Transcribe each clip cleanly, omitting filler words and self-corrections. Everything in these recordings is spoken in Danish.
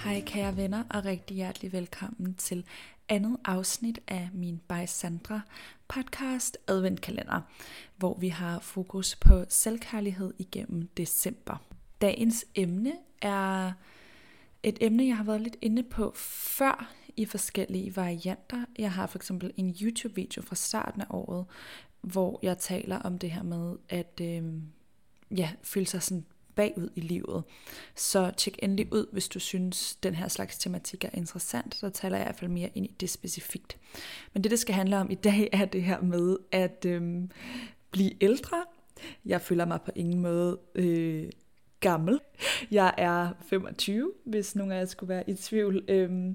Hej kære venner og rigtig hjertelig velkommen til andet afsnit af min by Sandra podcast adventkalender, hvor vi har fokus på selvkærlighed igennem december. Dagens emne er et emne, jeg har været lidt inde på før i forskellige varianter. Jeg har for eksempel en YouTube-video fra starten af året, hvor jeg taler om det her med at føle sig sådan bagud i livet. Så tjek endelig ud, hvis du synes, den her slags tematik er interessant. Så taler jeg i hvert fald mere ind i det specifikt. Men det skal handle om i dag, er det her med at blive ældre. Jeg føler mig på ingen måde gammel. Jeg er 25, hvis nogen af jer skulle være i tvivl,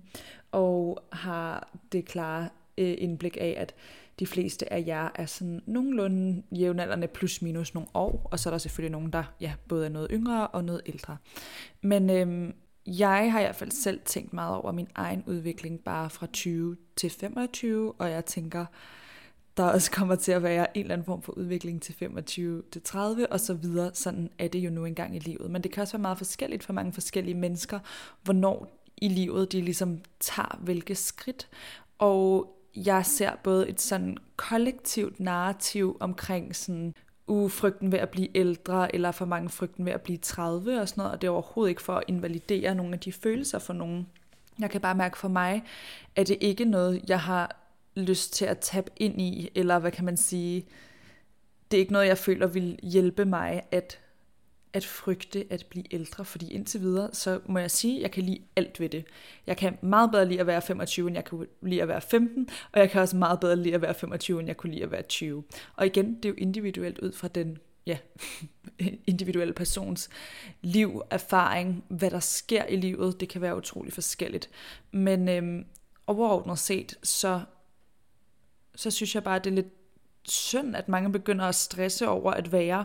og har det klare indblik af, at de fleste af jer er sådan nogenlunde jævnaldrende plus minus nogle år, og så er der selvfølgelig nogen, der både er noget yngre og noget ældre. Men jeg har i hvert fald selv tænkt meget over min egen udvikling, bare fra 20 til 25, og jeg tænker, der også kommer til at være en eller anden form for udvikling til 25 til 30 og så videre. Sådan er det jo nu engang i livet. Men det kan også være meget forskelligt for mange forskellige mennesker, hvornår i livet de ligesom tager hvilke skridt. Og jeg ser både et sådan kollektivt narrativ omkring sådan frygten ved at blive ældre, eller for mange frygten ved at blive 30 og sådan noget, og det er overhovedet ikke for at invalidere nogle af de følelser for nogen. Jeg kan bare mærke for mig, at det ikke er noget, jeg har lyst til at tabe ind i, eller hvad kan man sige, det er ikke noget, jeg føler vil hjælpe mig at frygte at blive ældre, fordi indtil videre, så må jeg sige, at jeg kan lide alt ved det. Jeg kan meget bedre lide at være 25, end jeg kan lide at være 15, og jeg kan også meget bedre lide at være 25, end jeg kunne lide at være 20. Og igen, det er jo individuelt ud fra den individuelle persons liv, erfaring, hvad der sker i livet, det kan være utrolig forskelligt. Men overordnet set, så synes jeg bare, at det er lidt synd, at mange begynder at stresse over at være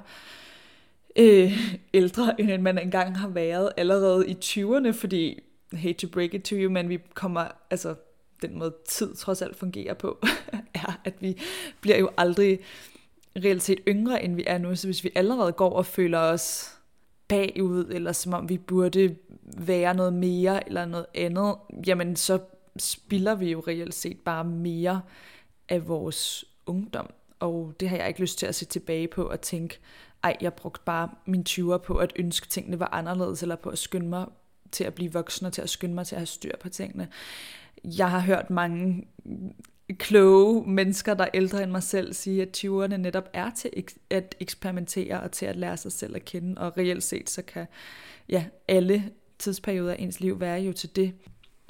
ældre, end man engang har været allerede i 20'erne, fordi, hate to break it to you, men vi kommer, altså den måde tid trods alt fungerer på, er, at vi bliver jo aldrig reelt set yngre, end vi er nu, så hvis vi allerede går og føler os bagud, eller som om vi burde være noget mere, eller noget andet, jamen så spilder vi jo reelt set bare mere af vores ungdom, og det har jeg ikke lyst til at se tilbage på og tænke, jeg brugte bare mine 20'er på at ønske tingene var anderledes, eller på at skynde mig til at blive voksen, og til at skynde mig til at have styr på tingene. Jeg har hørt mange kloge mennesker, der er ældre end mig selv, sige, at 20'erne netop er til at eksperimentere, og til at lære sig selv at kende, og reelt set, så kan alle tidsperioder af ens liv være jo til det.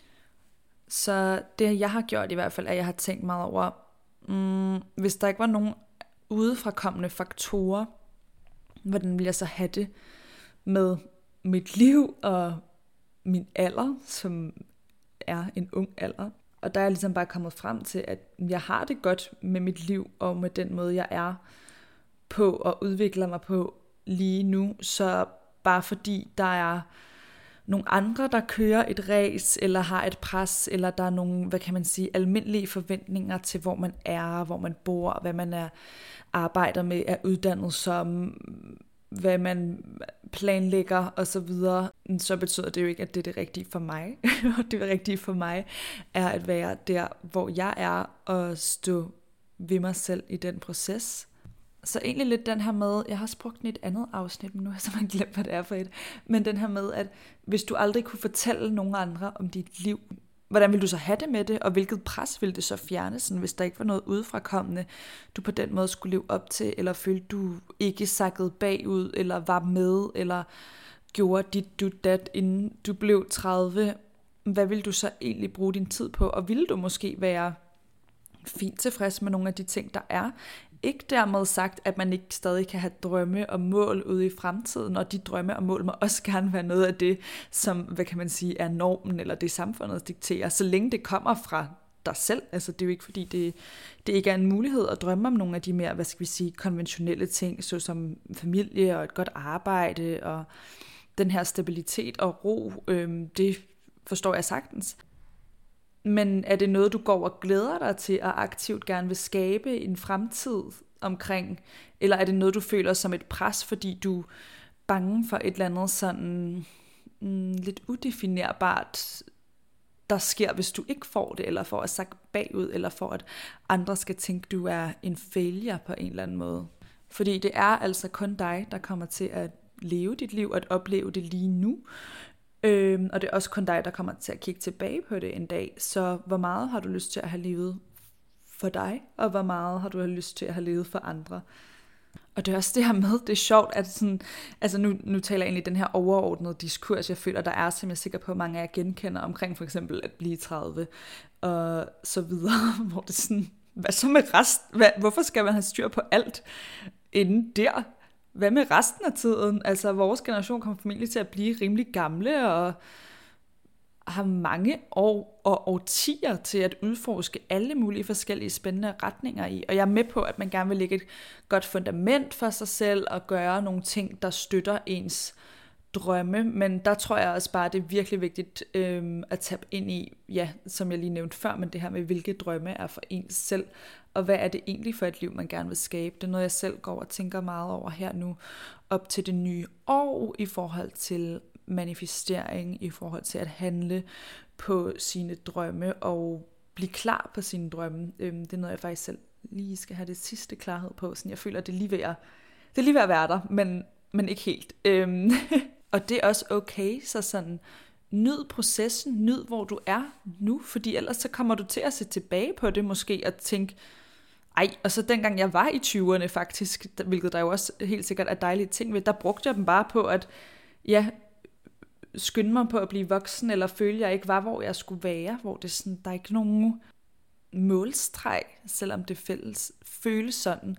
Så det, jeg har gjort i hvert fald, er, at jeg har tænkt meget over, hvis der ikke var nogen udefrakommende faktorer, hvordan vil jeg så have det med mit liv og min alder, som er en ung alder. Og der er jeg ligesom bare kommet frem til, at jeg har det godt med mit liv og med den måde, jeg er på og udvikler mig på lige nu. Så bare fordi der er nogle andre, der kører et race, eller har et pres, eller der er nogle, hvad kan man sige, almindelige forventninger til, hvor man er, hvor man bor, hvad man arbejder med, er uddannet som, hvad man planlægger osv., så betyder det jo ikke, at det er det rigtige for mig. Og det rigtige for mig er at være der, hvor jeg er, og stå ved mig selv i den proces. Så egentlig lidt den her med, jeg har også brugt den i et andet afsnit, men nu har jeg simpelthen glemt, hvad det er for et, men den her med, at hvis du aldrig kunne fortælle nogen andre om dit liv, hvordan ville du så have det med det, og hvilket pres ville det så fjerne, sådan, hvis der ikke var noget udefrakommende, du på den måde skulle leve op til, eller følte du ikke sakkede bagud, eller var med, eller gjorde dit du dat, inden du blev 30, hvad ville du så egentlig bruge din tid på, og ville du måske være fint tilfreds med nogle af de ting, der er? Ikke dermed sagt, at man ikke stadig kan have drømme og mål ude i fremtiden, og de drømme og mål må også gerne være noget af det, som, hvad kan man sige, er normen, eller det samfundet dikterer, så længe det kommer fra dig selv. Altså det er jo ikke fordi, det ikke er en mulighed at drømme om nogle af de mere, hvad skal vi sige, konventionelle ting, såsom familie og et godt arbejde, og den her stabilitet og ro, det forstår jeg sagtens. Men er det noget, du går og glæder dig til, og aktivt gerne vil skabe en fremtid omkring? Eller er det noget, du føler som et pres, fordi du er bange for et eller andet sådan lidt udefinerbart, der sker, hvis du ikke får det, eller for at sakke bagud, eller for at andre skal tænke, du er en failure på en eller anden måde. Fordi det er altså kun dig, der kommer til at leve dit liv, at opleve det lige nu. Og det er også kun dig, der kommer til at kigge tilbage på det en dag. Så hvor meget har du lyst til at have levet for dig, og hvor meget har du lyst til at have levet for andre? Og det er også det her med, det er sjovt, at sådan, altså nu taler jeg egentlig den her overordnede diskurs, jeg føler, der er, som jeg er sikker på, at mange af jer genkender, omkring for eksempel at blive 30, og så videre, hvor det er sådan, hvad så med hvorfor skal man have styr på alt inden der? Hvad med resten af tiden? Altså, vores generation kommer formentlig til at blive rimelig gamle, og har mange år og årtier til at udforske alle mulige forskellige spændende retninger i. Og jeg er med på, at man gerne vil lægge et godt fundament for sig selv, og gøre nogle ting, der støtter ens drømme, men der tror jeg også bare, det er virkelig vigtigt at tabe ind i, ja, som jeg lige nævnte før, men det her med, hvilke drømme er for ens selv, og hvad er det egentlig for et liv, man gerne vil skabe. Det er noget, jeg selv går og tænker meget over her nu, op til det nye år, i forhold til manifestering, i forhold til at handle på sine drømme, og blive klar på sine drømme. Det er noget, jeg faktisk selv lige skal have det sidste klarhed på, så jeg føler, at det er lige ved at være der, men ikke helt. Og det er også okay, så sådan, nyd processen, nyd hvor du er nu, fordi ellers så kommer du til at se tilbage på det måske, og tænke, og så dengang jeg var i 20'erne faktisk, hvilket der jo også helt sikkert er dejlige ting ved, der brugte jeg dem bare på at, skynde mig på at blive voksen, eller føle, jeg ikke var, hvor jeg skulle være, hvor det sådan, der er ikke nogen målstreg, selvom det føles sådan.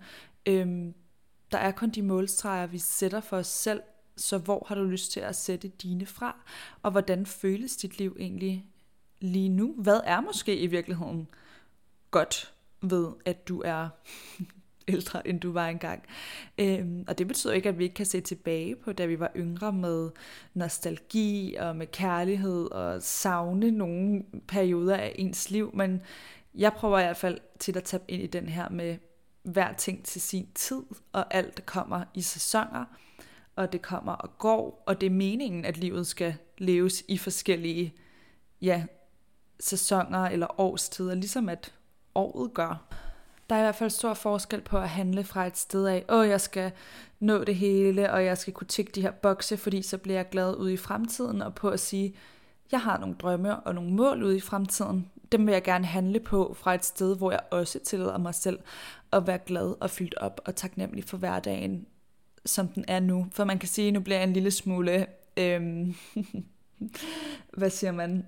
Der er kun de målstreger, vi sætter for os selv, så hvor har du lyst til at sætte dine fra, og hvordan føles dit liv egentlig lige nu? Hvad er måske i virkeligheden godt ved, at du er ældre, end du var engang? Og det betyder ikke, at vi ikke kan se tilbage på, da vi var yngre, med nostalgi og med kærlighed og savne nogle perioder af ens liv, men jeg prøver i hvert fald til at tabe ind i den her med hver ting til sin tid, og alt kommer i sæsoner, og det kommer og går, og det er meningen, at livet skal leves i forskellige sæsoner eller årstider, ligesom at året gør. Der er i hvert fald stor forskel på at handle fra et sted af, jeg skal nå det hele, og jeg skal kunne tikke de her bokse, fordi så bliver jeg glad ude i fremtiden, og på at sige, jeg har nogle drømme og nogle mål ude i fremtiden, dem vil jeg gerne handle på fra et sted, hvor jeg også tillader mig selv at være glad og fyldt op og taknemmelig for hverdagen, som den er nu. For man kan sige, nu bliver jeg en lille smule, hvad siger man,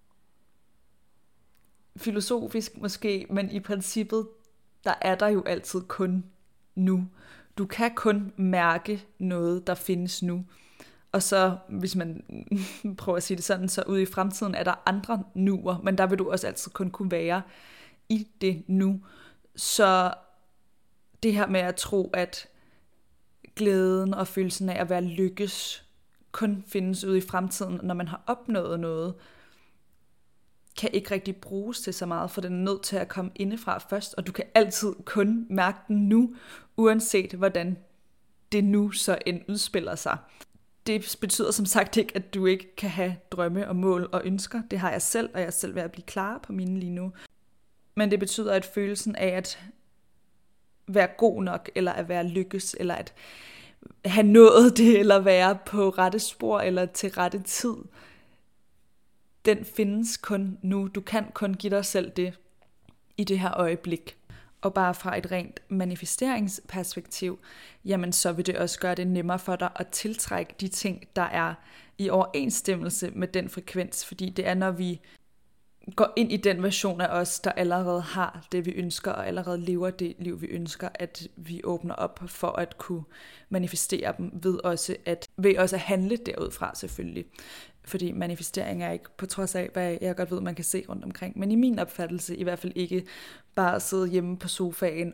filosofisk måske, men i princippet, der er der jo altid kun nu. Du kan kun mærke noget, der findes nu. Og så, hvis man prøver at sige det sådan, så ude i fremtiden er der andre nuer, men der vil du også altid kun kunne være i det nu. Så det her med at tro, at glæden og følelsen af at være lykkes kun findes ude i fremtiden, når man har opnået noget, kan ikke rigtig bruges til så meget, for den er nødt til at komme indefra først, og du kan altid kun mærke den nu, uanset hvordan det nu så end udspiller sig. Det betyder som sagt ikke, at du ikke kan have drømme og mål og ønsker. Det har jeg selv, og jeg er selv ved at blive klar på mine lige nu. Men det betyder, at følelsen af at være god nok, eller at være lykkes, eller at have nået det, eller være på rette spor, eller til rette tid, den findes kun nu. Du kan kun give dig selv det i det her øjeblik. Og bare fra et rent manifesteringsperspektiv, jamen så vil det også gøre det nemmere for dig at tiltrække de ting, der er i overensstemmelse med den frekvens. Fordi det er, når vi går ind i den version af os, der allerede har det, vi ønsker, og allerede lever det liv, vi ønsker, at vi åbner op for at kunne manifestere dem ved også at handle derudfra selvfølgelig. Fordi manifestering er ikke, på trods af, hvad jeg godt ved, man kan se rundt omkring, men i min opfattelse i hvert fald ikke bare at sidde hjemme på sofaen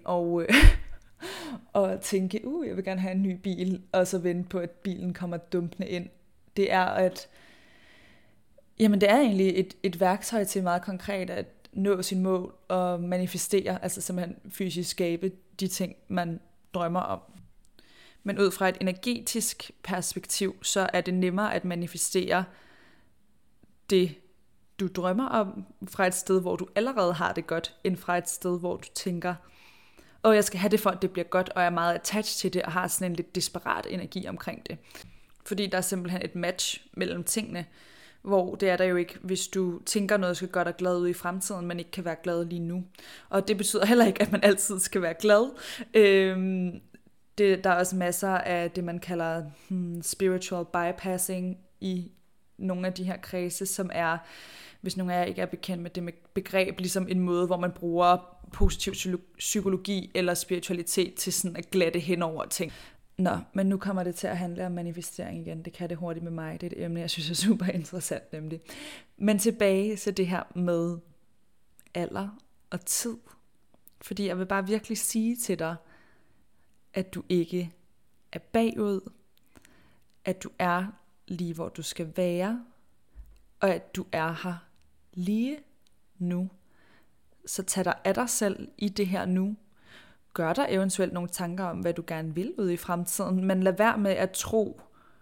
og tænke, jeg vil gerne have en ny bil, og så vente på, at bilen kommer dumpende ind. Det er det er egentlig et værktøj til meget konkret at nå sin mål og manifestere, altså simpelthen fysisk skabe de ting, man drømmer om. Men ud fra et energetisk perspektiv, så er det nemmere at manifestere det, du drømmer om, fra et sted, hvor du allerede har det godt, end fra et sted, hvor du tænker, jeg skal have det for, at det bliver godt, og jeg er meget attached til det, og har sådan en lidt desperat energi omkring det. Fordi der er simpelthen et match mellem tingene, hvor det er der jo ikke, hvis du tænker noget skal gøre dig glad ud i fremtiden, men ikke kan være glad lige nu. Og det betyder heller ikke, at man altid skal være glad. Der er også masser af det, man kalder spiritual bypassing i nogle af de her kredse, som er, hvis nogle af jer ikke er bekendt med det med begreb, ligesom en måde, hvor man bruger positiv psykologi eller spiritualitet til sådan at glatte hen over ting. Nå, men nu kommer det til at handle om manifestering igen. Det kan det hurtigt med mig. Det er et emne, jeg synes er super interessant nemlig. Men tilbage til det her med alder og tid. Fordi jeg vil bare virkelig sige til dig, at du ikke er bagud. At du er lige hvor du skal være. Og at du er her lige nu. Så tag dig af dig selv i det her nu. Gør dig eventuelt nogle tanker om, hvad du gerne vil ud i fremtiden, men lad være med at tro,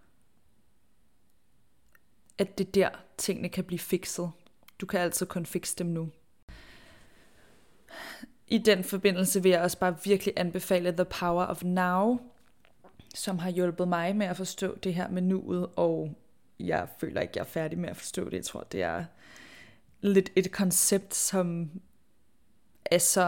at det der tingene kan blive fikset. Du kan altså kun fikse dem nu. I den forbindelse vil jeg også bare virkelig anbefale The Power of Now, som har hjulpet mig med at forstå det her med nuet, og jeg føler ikke, jeg er færdig med at forstå det. Jeg tror, det er lidt et koncept, som er så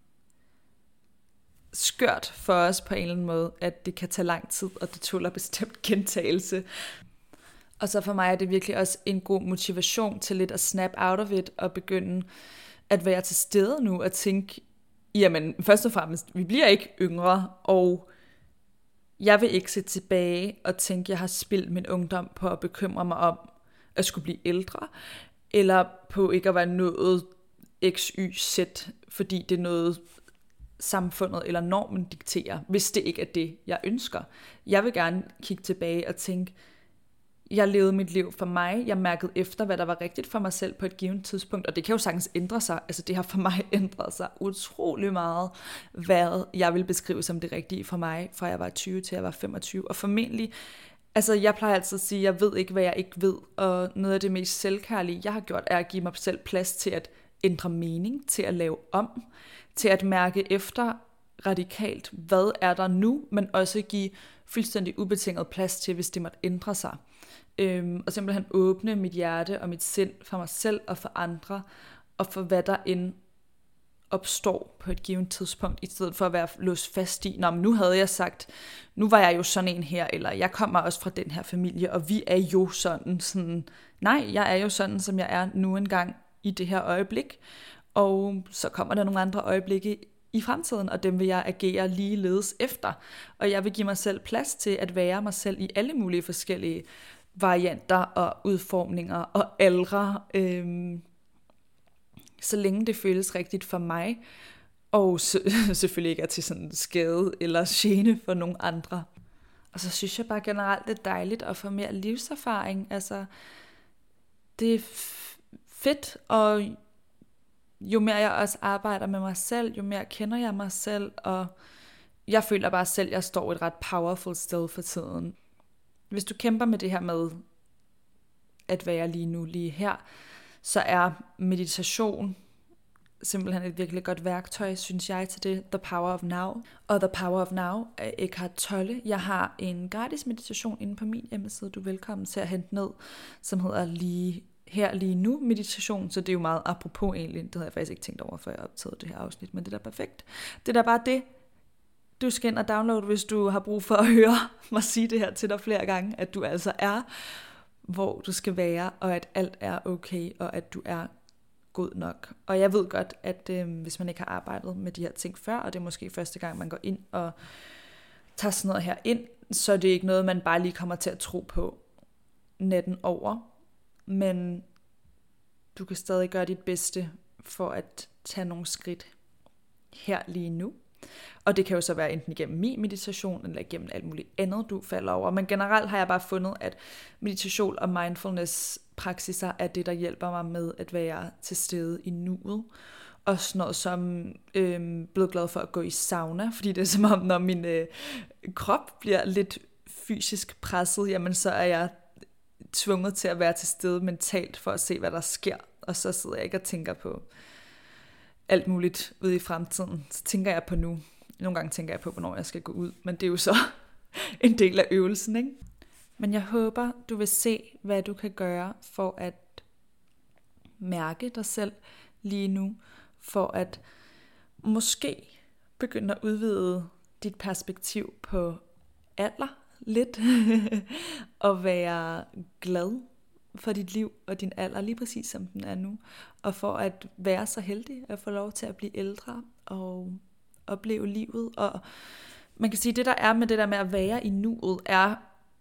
skørt for os på en eller anden måde, at det kan tage lang tid, og det tåler bestemt gentagelse. Og så for mig er det virkelig også en god motivation til lidt at snap out of it, og begynde at være til stede nu, og tænke, jamen først og fremmest, vi bliver ikke yngre, og jeg vil ikke se tilbage og tænke, jeg har spildt min ungdom på at bekymre mig om at skulle blive ældre, eller på ikke at være noget x, y, z, fordi det er noget samfundet eller normen dikterer, hvis det ikke er det, jeg ønsker. Jeg vil gerne kigge tilbage og tænke, jeg levede mit liv for mig, jeg mærkede efter, hvad der var rigtigt for mig selv på et givet tidspunkt, og det kan jo sagtens ændre sig, altså det har for mig ændret sig utrolig meget, hvad jeg vil beskrive som det rigtige for mig, fra jeg var 20 til jeg var 25, og formentlig, altså jeg plejer altid at sige, jeg ved ikke, hvad jeg ikke ved, og noget af det mest selvkærlige, jeg har gjort, er at give mig selv plads til at ændre mening, til at lave om, til at mærke efter radikalt, hvad er der nu, men også give fuldstændig ubetinget plads til, hvis det måtte ændre sig. Og simpelthen åbne mit hjerte og mit sind for mig selv og for andre, og for hvad der end opstår på et givet tidspunkt, i stedet for at være låst fast i, men nu havde jeg sagt, nu var jeg jo sådan en her, eller jeg kommer også fra den her familie, og vi er jo sådan, nej, jeg er jo sådan, som jeg er nu engang i det her øjeblik, og så kommer der nogle andre øjeblikke i fremtiden, og dem vil jeg agere ligeledes efter, og jeg vil give mig selv plads til at være mig selv i alle mulige forskellige varianter og udformninger og aldre, så længe det føles rigtigt for mig, og selvfølgelig ikke er til sådan skade eller gene for nogen andre. Og så synes jeg bare generelt, det er dejligt at få mere livserfaring. Altså, det er fedt, og jo mere jeg også arbejder med mig selv, jo mere kender jeg mig selv, og jeg føler bare selv, at jeg står et ret powerful sted for tiden. Hvis du kæmper med det her med at være lige nu, lige her, så er meditation simpelthen et virkelig godt værktøj, synes jeg, til det. The Power of Now. Og The Power of Now er Eckhart Tolle. Jeg har en gratis meditation inde på min hjemmeside, du er velkommen til at hente ned, som hedder lige her, lige nu meditation, så det er jo meget apropos egentlig, det havde jeg faktisk ikke tænkt over, før jeg optagede det her afsnit, men det er da perfekt. Det er da bare det, du skal ind og downloade, hvis du har brug for at høre mig sige det her til dig flere gange, at du altså er, hvor du skal være, og at alt er okay, og at du er god nok. Og jeg ved godt, at hvis man ikke har arbejdet med de her ting før, og det er måske første gang, man går ind og tager sådan noget her ind, så det er ikke noget, man bare lige kommer til at tro på natten over. Men du kan stadig gøre dit bedste for at tage nogle skridt her lige nu. Og det kan jo så være enten igennem min meditation, eller igennem alt muligt andet, du falder over. Men generelt har jeg bare fundet, at meditation og mindfulness praksiser er det, der hjælper mig med at være til stede i nuet. Også noget som blevet glad for at gå i sauna, fordi det er som om, når min krop bliver lidt fysisk presset, jamen så er jeg tvunget til at være til stede mentalt for at se, hvad der sker. Og så sidder jeg ikke og tænker på alt muligt ude i fremtiden. Så tænker jeg på nu. Nogle gange tænker jeg på, hvornår jeg skal gå ud, men det er jo så en del af øvelsen, ikke? Men jeg håber, du vil se, hvad du kan gøre for at mærke dig selv lige nu, for at måske begynde at udvide dit perspektiv på alder lidt, og være glad for dit liv og din alder, lige præcis som den er nu, og for at være så heldig at få lov til at blive ældre og opleve livet. Og man kan sige, det der er med det der med at være i nuet, er,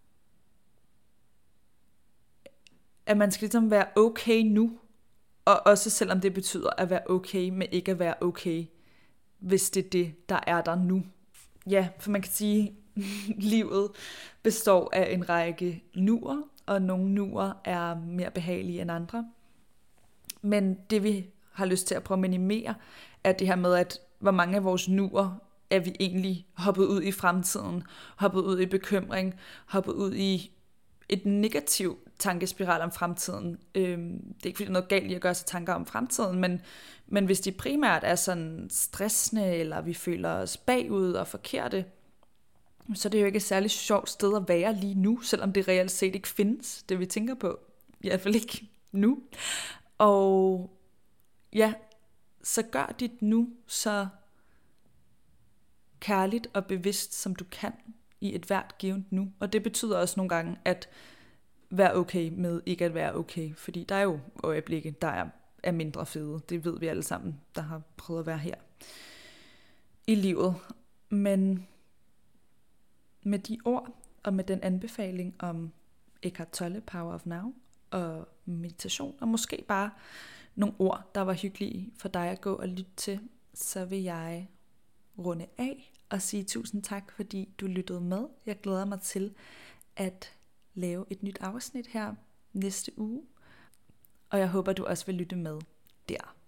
at man skal ligesom være okay nu, og også selvom det betyder at være okay med ikke at være okay, hvis det er det, der er der nu. Ja, for man kan sige, livet består af en række nuer, og nogle nuer er mere behagelige end andre. Men det vi har lyst til at prøve at minimere, er det her med, at hvor mange af vores nuer er vi egentlig hoppet ud i fremtiden, hoppet ud i bekymring, hoppet ud i et negativt tankespiral om fremtiden. Det er ikke fordi der er noget galt i at gøre sig tanker om fremtiden, men hvis de primært er sådan stressende, eller vi føler os bagud og forkerte, så er det jo ikke et særligt sjovt sted at være lige nu, selvom det reelt set ikke findes, det vi tænker på. I hvert fald ikke nu. Og ja, så gør dit nu så kærligt og bevidst, som du kan i et hvert givet nu. Og det betyder også nogle gange, at være okay med ikke at være okay. Fordi der er jo øjeblikke, der er mindre fede. Det ved vi alle sammen, der har prøvet at være her i livet. Men med de ord og med den anbefaling om Eckhart Tolle, Power of Now og meditation, og måske bare nogle ord, der var hyggelige for dig at gå og lytte til, så vil jeg runde af og sige tusind tak, fordi du lyttede med. Jeg glæder mig til at lave et nyt afsnit her næste uge, og jeg håber, du også vil lytte med der.